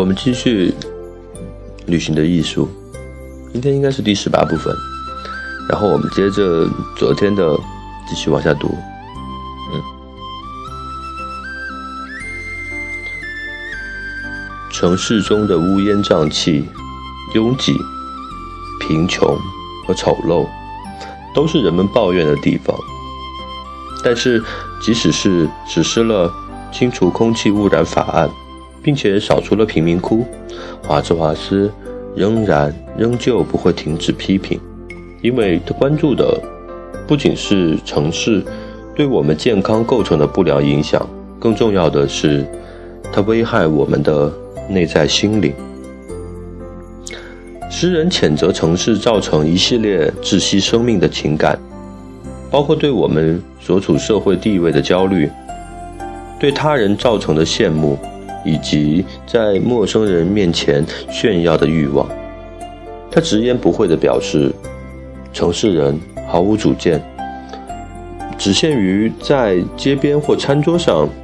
我们继续旅行的艺术，今天应该是第18部分，然后我们接着昨天的继续往下读。城市中的乌烟瘴气、拥挤、贫穷和丑陋，都是人们抱怨的地方。但是，即使是实施了清除空气污染法案，并且扫除了贫民窟，华兹华斯仍旧不会停止批评，因为他关注的不仅是城市对我们健康构成的不良影响，更重要的是它危害我们的内在心灵。诗人谴责城市造成一系列窒息生命的情感，包括对我们所处社会地位的焦虑，对他人造成的羡慕，以及在陌生人面前炫耀的欲望。他直言不讳地表示，城市人毫无主见，只限于在街边或饭桌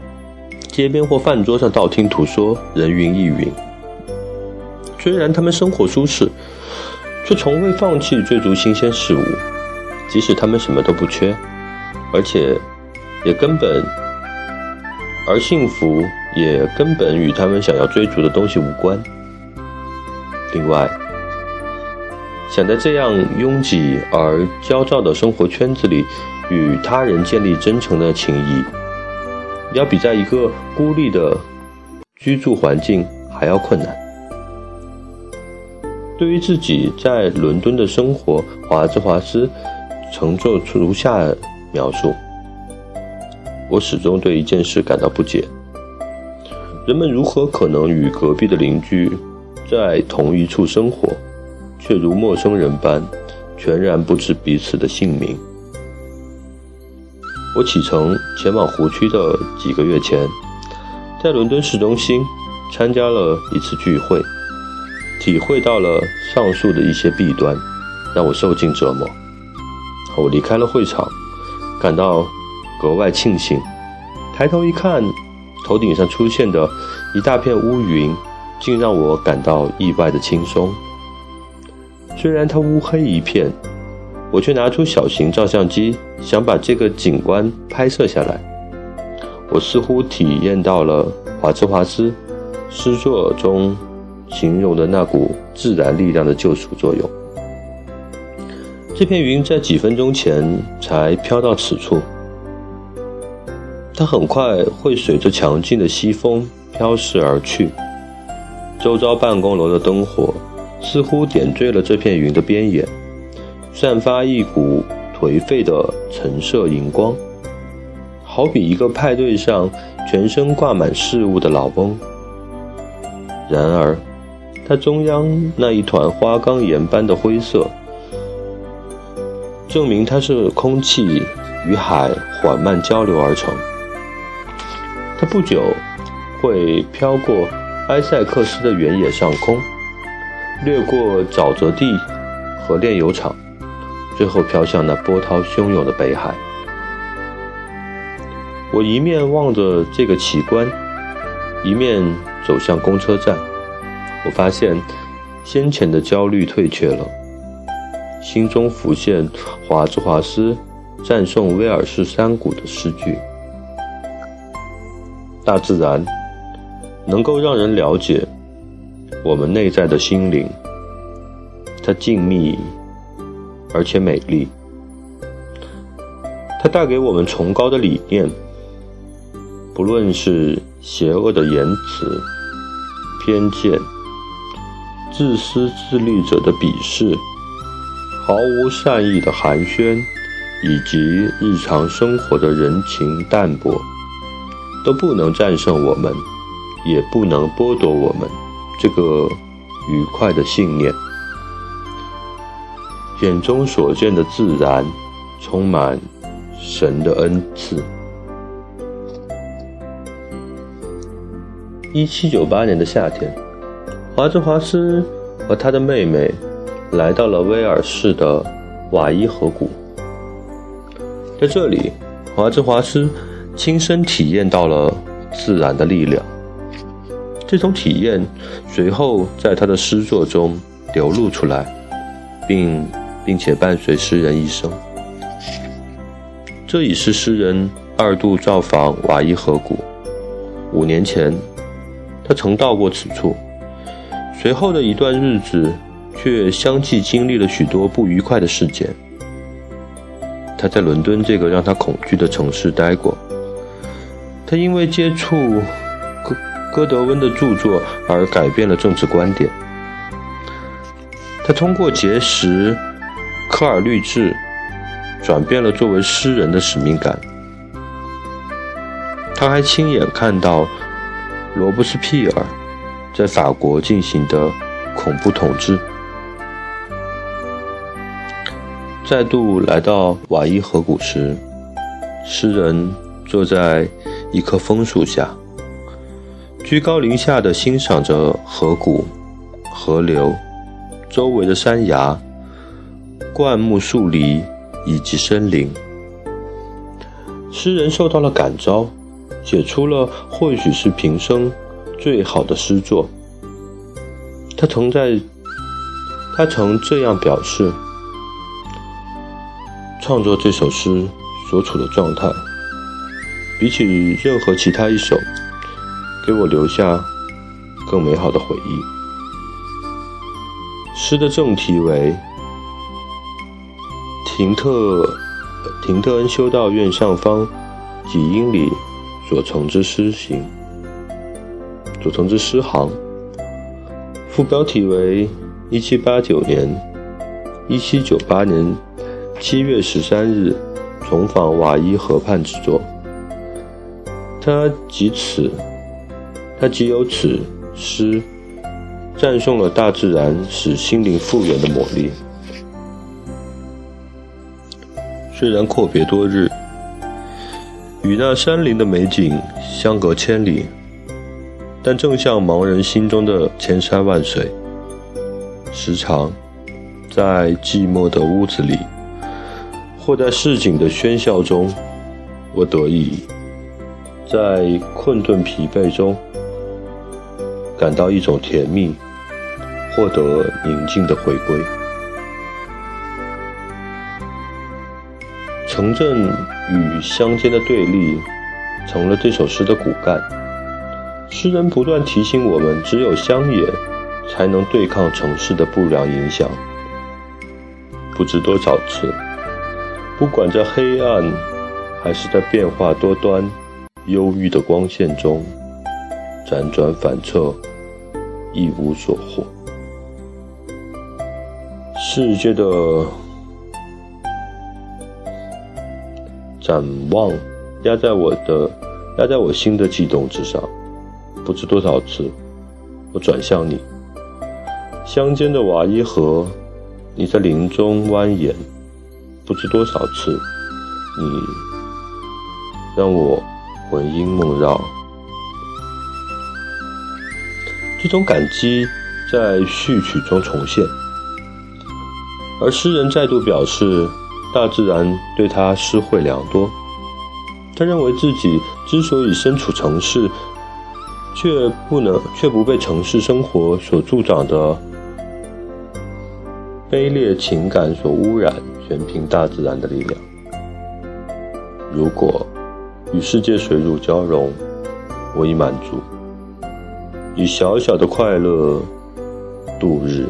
上道听途说，人云亦云。虽然他们生活舒适，却从未放弃追逐新鲜事物，即使他们什么都不缺，而幸福也根本与他们想要追逐的东西无关。另外，想在这样拥挤而焦躁的生活圈子里与他人建立真诚的情谊，要比在一个孤立的居住环境还要困难。对于自己在伦敦的生活，华兹华斯曾做出如下描述：我始终对一件事感到不解，人们如何可能与隔壁的邻居在同一处生活，却如陌生人般全然不知彼此的姓名。我启程前往湖区的几个月前，在伦敦市中心参加了一次聚会，体会到了上述的一些弊端，让我受尽折磨。我离开了会场，感到格外庆幸。抬头一看，头顶上出现的一大片乌云，竟让我感到意外的轻松。虽然它乌黑一片，我却拿出小型照相机，想把这个景观拍摄下来。我似乎体验到了华兹华斯诗作中形容的那股自然力量的救赎作用。这片云在几分钟前才飘到此处，它很快会随着强劲的西风飘逝而去。周遭办公楼的灯火似乎点缀了这片云的边沿，散发一股颓废的橙色荧光，好比一个派对上全身挂满饰物的老翁。然而，它中央那一团花岗岩般的灰色，证明它是空气与海缓慢交流而成。它不久会飘过埃塞克斯的原野上空，掠过沼泽地和炼油厂，最后飘向那波涛汹涌的北海。我一面望着这个奇观，一面走向公车站。我发现先前的焦虑退却了，心中浮现华兹华斯赞颂威尔士山谷的诗句：大自然能够让人了解我们内在的心灵，它静谧而且美丽，它带给我们崇高的理念，不论是邪恶的言辞、偏见、自私自利者的鄙视、毫无善意的寒暄，以及日常生活的人情淡薄，都不能战胜我们，也不能剥夺我们这个愉快的信念。眼中所见的自然充满神的恩赐。1798年的夏天，华兹华斯和他的妹妹来到了威尔士的瓦伊河谷。在这里，华兹华斯亲身体验到了自然的力量。 这种体验随后在他的诗作中流露出来，并且伴随诗人一生。这已是诗人2度造访瓦伊河谷。5年前，他曾到过此处，随后的一段日子却相继经历了许多不愉快的事件。他在伦敦这个让他恐惧的城市待过，他因为接触歌德温的著作而改变了政治观点。他通过结识科尔律治，转变了作为诗人的使命感。他还亲眼看到罗伯斯庇尔在法国进行的恐怖统治。再度来到瓦伊河谷时，诗人坐在一棵枫树下，居高临下地欣赏着河谷、河流、周围的山崖、灌木树篱以及森林。诗人受到了感召，写出了或许是平生最好的诗作。他曾这样表示，创作这首诗所处的状态，比起任何其他一首，给我留下更美好的回忆。诗的正题为廷特恩修道院上方几英里所成之诗行，副标题为1798年7月13日重访瓦伊河畔之作。他藉由此诗赞颂了大自然使心灵复原的魔力。虽然阔别多日，与那山林的美景相隔千里，但正像盲人心中的千山万水，时常在寂寞的屋子里，或在市井的喧嚣中，我得以在困顿疲惫中感到一种甜蜜，获得宁静的回归。城镇与乡间的对立成了这首诗的骨干。诗人不断提醒我们，只有乡野才能对抗城市的不良影响。不知多少次，不管在黑暗还是在变化多端忧郁的光线中，辗转反侧，一无所获。世界的展望压在我心的悸动之上。不知多少次，我转向你，乡间的瓦伊河，你在林中蜿蜒。不知多少次，你让我魂萦梦绕。这种感激在序曲中重现，而诗人再度表示，大自然对他施惠良多。他认为自己之所以身处城市，却不被城市生活所助长的卑劣情感所污染，全凭大自然的力量。如果与世界水乳交融，我已满足，以小小的快乐度日，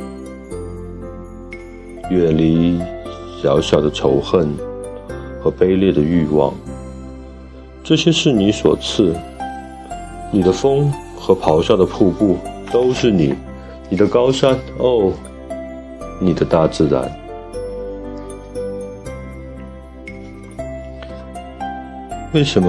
远离小小的仇恨和卑劣的欲望。这些是你所赐，你的风和咆哮的瀑布都是你，你的高山，哦，你的大自然。为什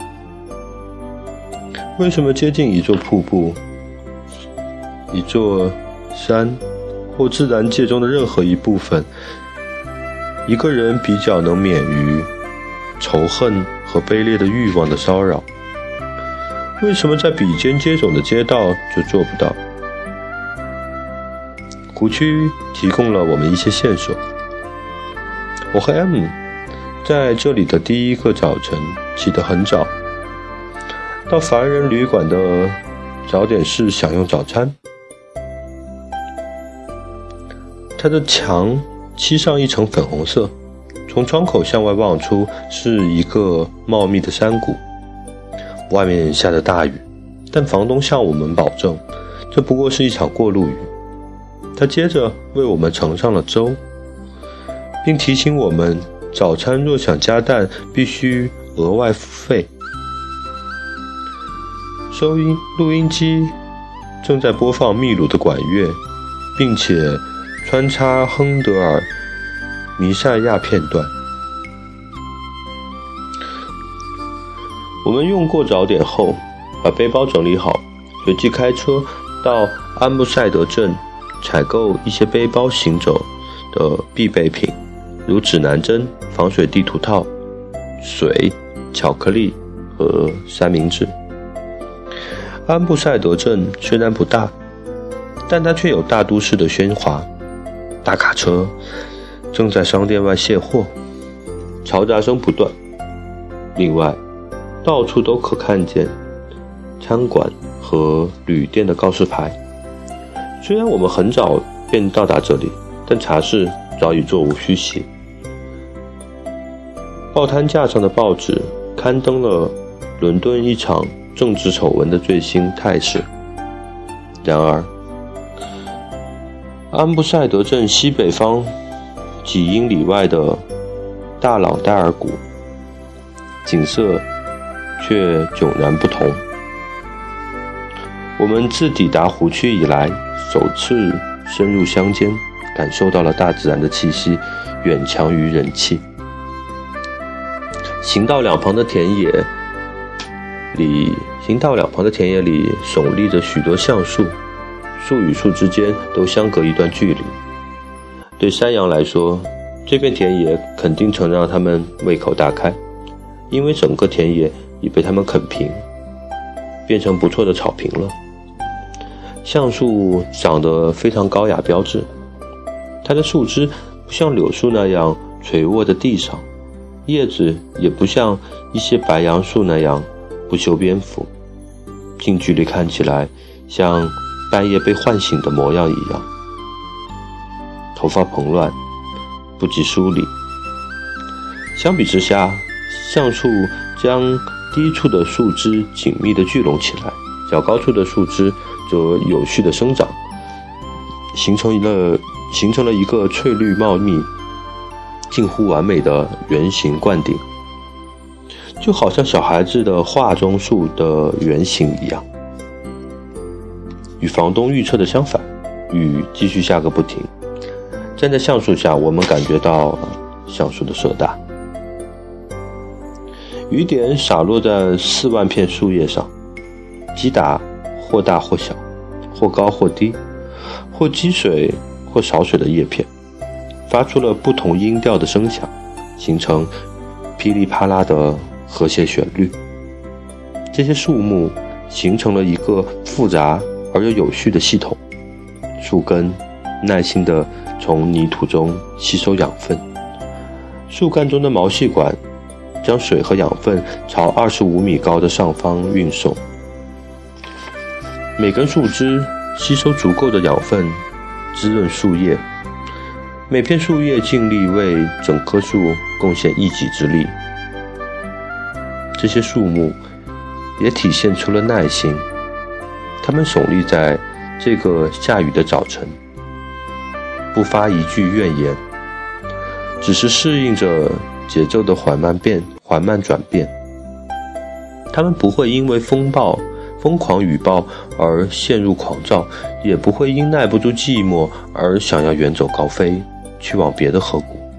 么接近一座瀑布、一座山或自然界中的任何一部分，一个人比较能免于仇恨和卑劣的欲望的骚扰？为什么在比肩接踵的街道就做不到？谷区提供了我们一些线索。我和 M 在这里的第一个早晨起得很早，到凡人旅馆的找点事享用早餐。它的墙漆上一层粉红色，从窗口向外望出是一个茂密的山谷。外面下着大雨，但房东向我们保证，这不过是一场过路雨。他接着为我们盛上了粥，并提醒我们早餐若想加蛋必须额外付费。录音机正在播放秘鲁的管乐，并且穿插亨德尔、弥赛亚片段。我们用过早点后，把背包整理好，随即开车到安布塞德镇采购一些背包行走的必备品，如指南针、防水地图套、水、巧克力和三明治。安布塞德镇虽然不大，但它却有大都市的喧哗。大卡车正在商店外卸货，嘈杂声不断。另外，到处都可看见餐馆和旅店的告示牌。虽然我们很早便到达这里，但茶室早已座无虚席。报摊架上的报纸刊登了伦敦一场政治丑闻的最新态势。然而，安布塞德镇西北方几英里外的大朗代尔谷景色却迥然不同。我们自抵达湖区以来，首次深入乡间，感受到了大自然的气息远强于人气。行道两旁的田野里耸立着许多橡树，树与树之间都相隔一段距离。对山羊来说，这片田野肯定曾让他们胃口大开，因为整个田野已被他们啃平，变成不错的草坪了。橡树长得非常高雅标致，它的树枝不像柳树那样垂卧在地上，叶子也不像一些白杨树那样不修边幅，近距离看起来像半夜被唤醒的模样一样。头发蓬乱，不及梳理。相比之下，橡树将低处的树枝紧密地聚拢起来，较高处的树枝则有序地生长，形成了一个翠绿茂密、近乎完美的圆形灌顶，就好像小孩子的画中树的原型一样。与房东预测的相反，雨继续下个不停。站在橡树下，我们感觉到橡树的硕大。雨点洒落在4万片树叶上，击打或大或小，或高或低，或积水或少水的叶片，发出了不同音调的声响，形成噼里啪啦的和谐旋律。这些树木形成了一个复杂而又有序的系统，树根耐心地从泥土中吸收养分，树干中的毛细管将水和养分朝25米高的上方运送。每根树枝吸收足够的养分，滋润树叶，每片树叶尽力为整棵树贡献一己之力。这些树木也体现出了耐心，它们耸立在这个下雨的早晨，不发一句怨言，只是适应着节奏的缓慢转变。它们不会因为疯狂雨暴而陷入狂躁，也不会因耐不住寂寞而想要远走高飞，去往别的河谷。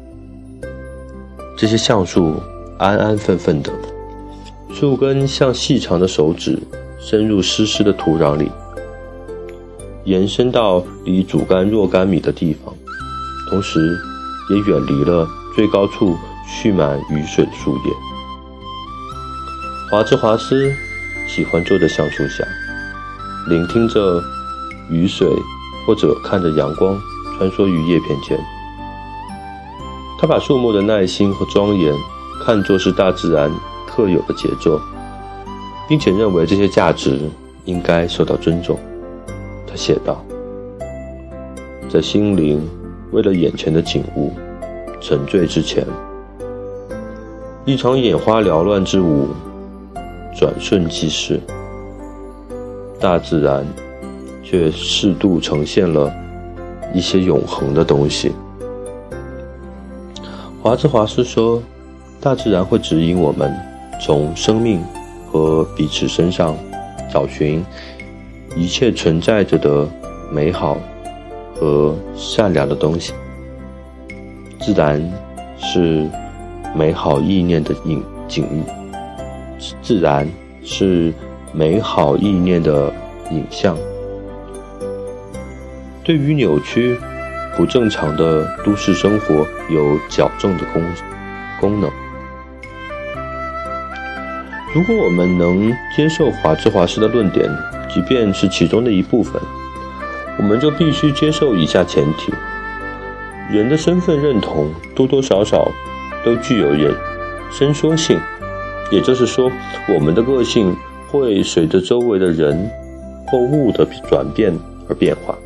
这些橡树安安分分的，树根像细长的手指深入湿湿的土壤里，延伸到离主干若干米的地方，同时也远离了最高处蓄满雨水的树叶。华兹华斯喜欢坐在橡树下，聆听着雨水，或者看着阳光穿梭于叶片间。他把树木的耐心和庄严看作是大自然特有的杰作，并且认为这些价值应该受到尊重。他写道，在心灵为了眼前的景物沉醉之前，一场眼花缭乱之舞转瞬即逝，大自然却适度呈现了一些永恒的东西。华兹华斯说，大自然会指引我们从生命和彼此身上找寻一切存在着的美好和善良的东西。自然是美好意念的景物，自然是美好意念的影像。对于扭曲不正常的都市生活有矫正的功能。如果我们能接受华兹华斯的论点，即便是其中的一部分，我们就必须接受以下前提：人的身份认同多多少少都具有伸缩性，也就是说，我们的个性会随着周围的人或物的转变而变化。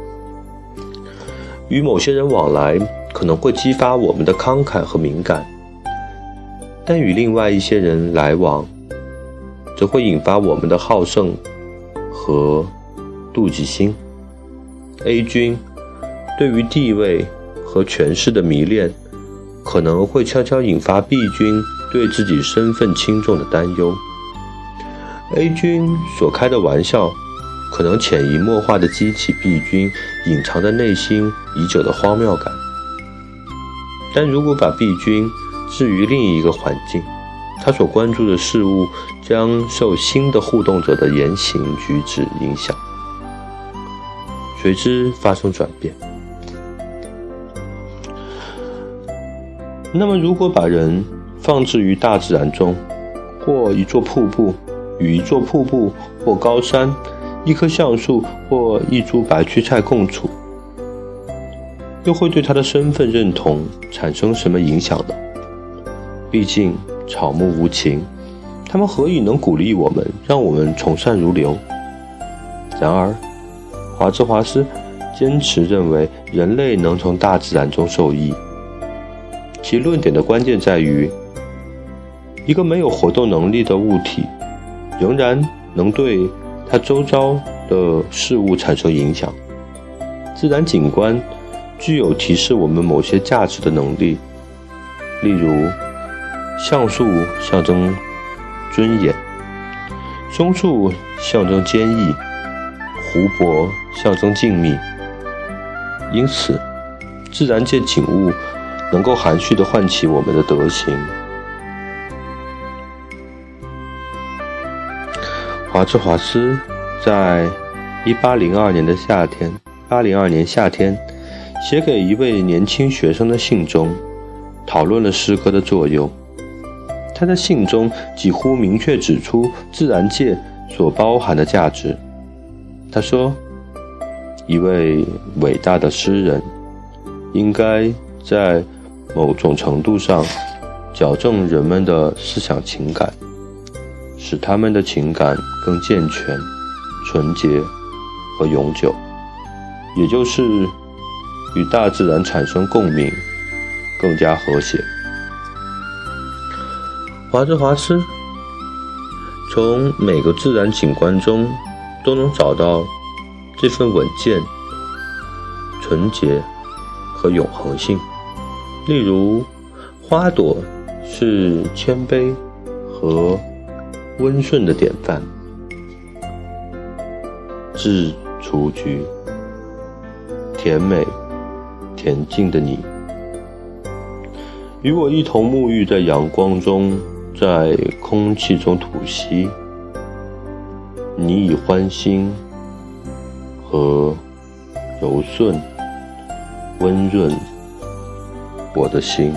与某些人往来可能会激发我们的慷慨和敏感，但与另外一些人来往则会引发我们的好胜和妒忌心。 A 君对于地位和权势的迷恋，可能会悄悄引发 B 君对自己身份轻重的担忧。 A 君所开的玩笑可能潜移默化地激起 B 君隐藏在内心已久的荒谬感，但如果把 B 君置于另一个环境，他所关注的事物将受新的互动者的言行举止影响，随之发生转变。那么如果把人放置于大自然中，或一座瀑布与一座瀑布，或高山、一棵橡树或一株白屈菜共处，又会对他的身份认同产生什么影响呢？毕竟草木无情，他们何以能鼓励我们，让我们从善如流？然而华兹华斯坚持认为人类能从大自然中受益，其论点的关键在于，一个没有活动能力的物体仍然能对它周遭的事物产生影响。自然景观具有提示我们某些价值的能力，例如橡树象征尊严，松树象征坚毅，湖泊象征静谧。因此自然界景物能够含蓄地唤起我们的德行。华兹华斯在1802年夏天写给一位年轻学生的信中讨论了诗歌的作用。他在信中几乎明确指出自然界所包含的价值。他说，一位伟大的诗人应该在某种程度上矫正人们的思想情感，使他们的情感更健全、纯洁和永久，也就是与大自然产生共鸣，更加和谐。华兹华斯从每个自然景观中都能找到这份稳健、纯洁和永恒性。例如，花朵是谦卑和温顺的典范。致雏菊，甜美恬静的你，与我一同沐浴在阳光中，在空气中吐息，你以欢欣和柔顺温润我的心。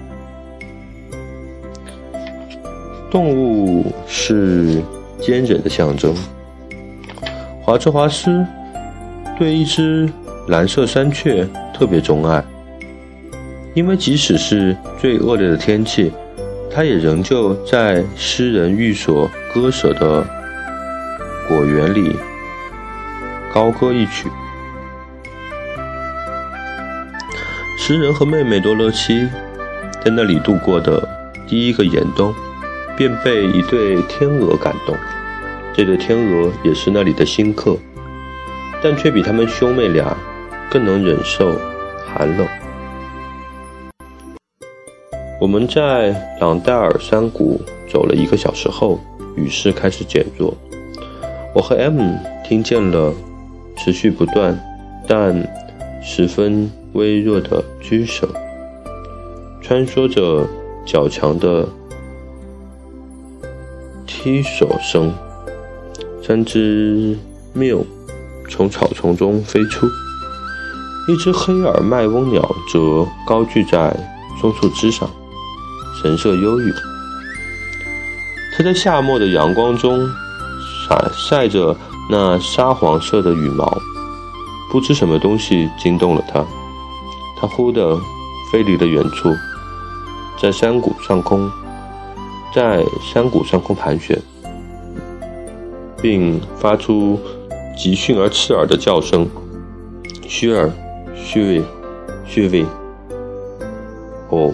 动物是坚韧的象征。华兹华斯对一只蓝色山雀特别钟爱，因为即使是最恶劣的天气，它也仍旧在诗人寓所割舍的果园里高歌一曲。诗人和妹妹多乐西在那里度过的第一个严冬，便被一对天鹅感动。这对天鹅也是那里的新客，但却比他们兄妹俩更能忍受寒冷。我们在朗代尔山谷走了1个小时后，雨势开始减弱。我和 M 听见了持续不断但十分微弱的居声，穿梭着较强的踢手声。3只谬从草丛中飞出，一只黑耳麦翁鸟则高踞在松树枝上，神色忧郁。它在夏末的阳光中晒着那沙黄色的羽毛，不知什么东西惊动了它，它忽地飞离了远处，在山谷上空盘旋，并发出极迅而刺耳的叫声，虚儿虚位哦。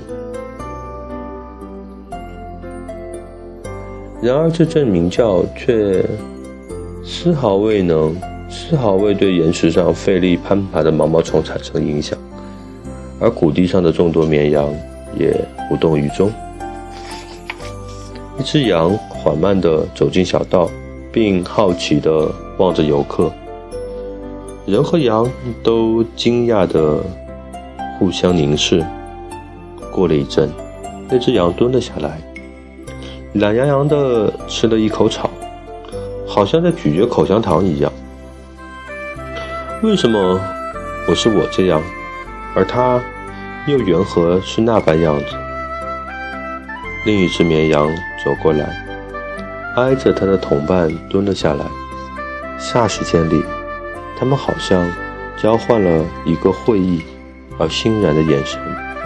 然而这阵鸣叫却丝毫未对岩石上费力攀爬的毛毛虫产生影响，而谷地上的众多绵羊也无动于衷。一只羊缓慢地走进小道，并好奇地望着游客。人和羊都惊讶地互相凝视。过了一阵，那只羊蹲了下来，懒洋洋地吃了一口草，好像在咀嚼口香糖一样。为什么是我这样，而它又缘何是那般样子？另一只绵羊走过来，挨着他的同伴蹲了下来。霎时间里，他们好像交换了一个会意而欣然的眼神。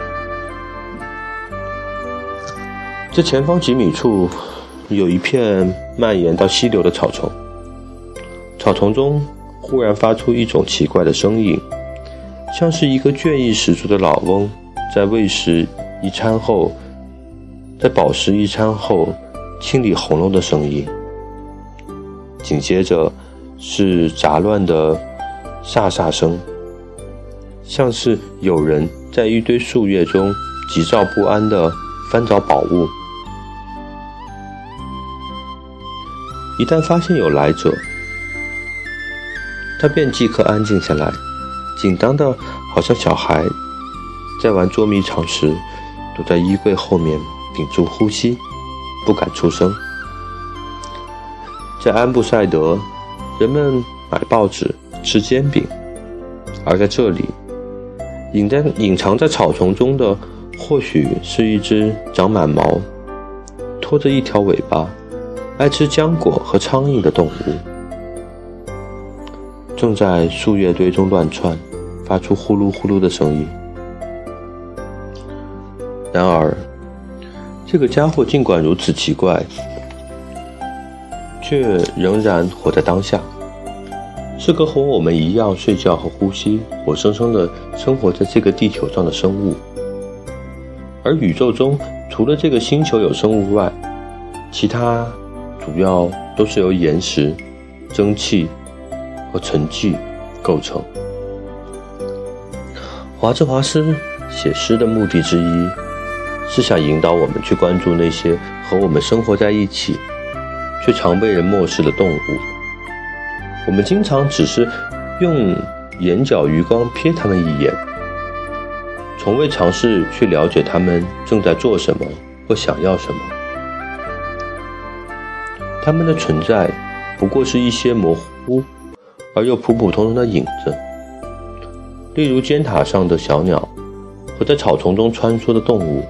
在前方几米处，有一片蔓延到溪流的草丛，草丛中忽然发出一种奇怪的声音，像是一个倦意十足的老翁在饱食一餐后清理喉咙的声音。紧接着是杂乱的飒飒声，像是有人在一堆树叶中急躁不安地翻找宝物。一旦发现有来者，他便即刻安静下来，紧张的好像小孩在玩捉迷藏时躲在衣柜后面屏住呼吸，不敢出声。在安布塞德，人们买报纸吃煎饼，而在这里隐藏在草丛中的或许是一只长满毛拖着一条尾巴爱吃浆果和苍蝇的动物，正在树叶堆中乱窜，发出呼噜呼噜的声音。然而这个家伙尽管如此奇怪，却仍然活在当下，是个和我们一样睡觉和呼吸，活生生的生活在这个地球上的生物。而宇宙中除了这个星球有生物外，其他主要都是由岩石、蒸汽和沉积构成。华兹华斯写诗的目的之一，是想引导我们去关注那些和我们生活在一起却常被人漠视的动物。我们经常只是用眼角余光瞥他们一眼，从未尝试去了解他们正在做什么或想要什么。他们的存在不过是一些模糊而又普普通通的影子，例如尖塔上的小鸟和在草丛中穿梭的动物。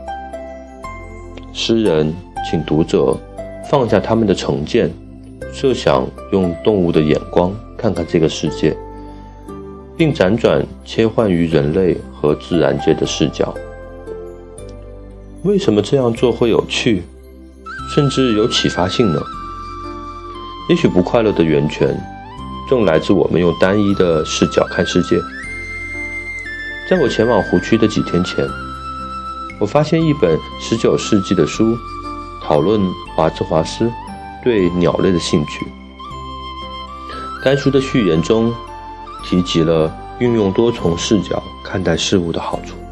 诗人请读者放下他们的成见，设想用动物的眼光看看这个世界，并辗转切换于人类和自然界的视角。为什么这样做会有趣，甚至有启发性呢？ 也许不快乐的源泉正来自我们用单一的视角看世界。在我前往湖区的几天前，我发现一本19世纪的书，讨论华兹华斯对鸟类的兴趣。该书的序言中提及了运用多重视角看待事物的好处。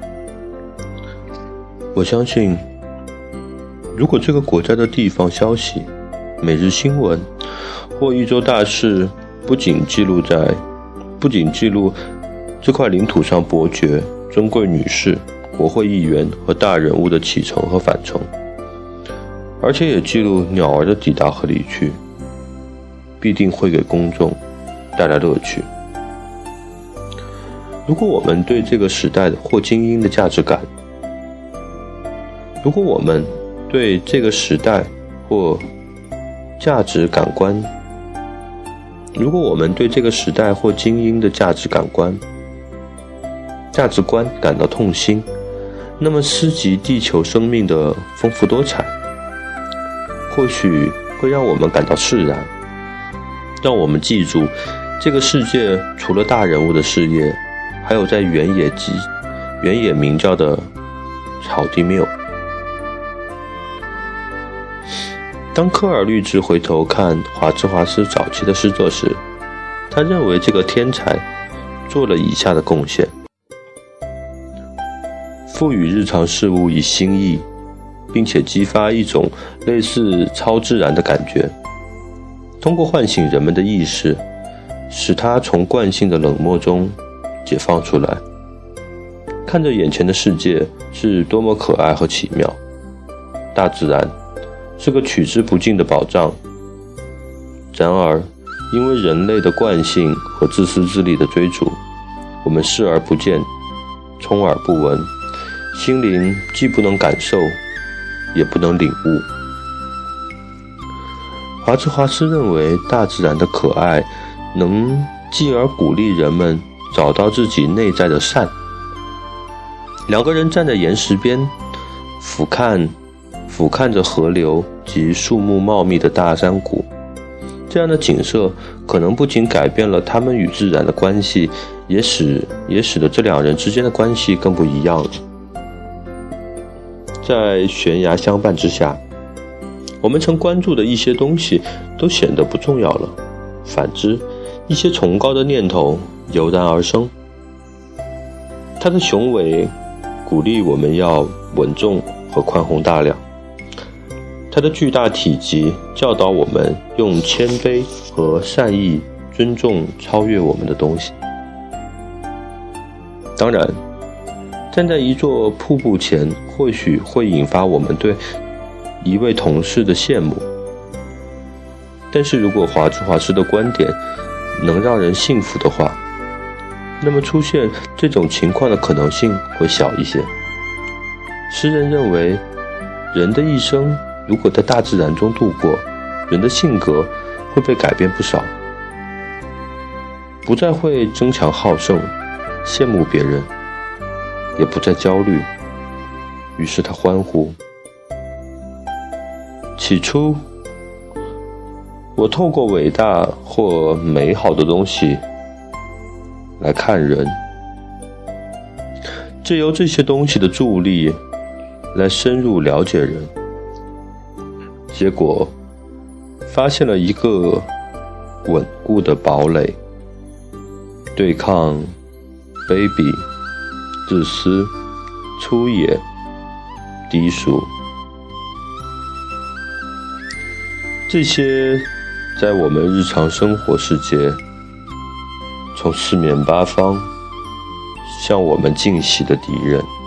我相信，如果这个国家的地方消息、每日新闻或一周大事不仅记录这块领土上伯爵、尊贵女士、国会议员和大人物的启程和返程，而且也记录鸟儿的抵达和离去，必定会给公众带来乐趣。如果我们对这个时代或精英的价值感，如果我们对这个时代或价值观感到痛心，那么思及地球生命的丰富多彩，或许会让我们感到释然，让我们记住这个世界除了大人物的事业，还有在原野鸣叫的草地谬。当科尔律治回头看华兹华斯早期的诗作时，他认为这个天才做了以下的贡献：赋予日常事物以新意，并且激发一种类似超自然的感觉，通过唤醒人们的意识，使它从惯性的冷漠中解放出来，看着眼前的世界是多么可爱和奇妙。大自然是个取之不尽的宝藏，然而因为人类的惯性和自私自利的追逐，我们视而不见，充耳不闻，心灵既不能感受，也不能领悟。华兹华斯认为大自然的可爱能继而鼓励人们找到自己内在的善。两个人站在岩石边，俯瞰着河流及树木茂密的大山谷，这样的景色可能不仅改变了他们与自然的关系，也使得这两人之间的关系更不一样了。在悬崖相伴之下，我们曾关注的一些东西都显得不重要了，反之，一些崇高的念头油然而生。它的雄伟鼓励我们要稳重和宽宏大量，它的巨大体积教导我们用谦卑和善意尊重超越我们的东西。当然，站在一座瀑布前或许会引发我们对一位同事的羡慕，但是如果华兹华斯的观点能让人信服的话，那么出现这种情况的可能性会小一些。诗人认为，人的一生如果在大自然中度过，人的性格会被改变不少，不再会争强好胜，羡慕别人，也不再焦虑。于是他欢呼：起初，我透过伟大或美好的东西来看人，借由这些东西的助力来深入了解人，结果发现了一个稳固的堡垒，对抗卑鄙、自私、粗野、低俗。这些在我们日常生活世界从四面八方向我们进袭的敌人。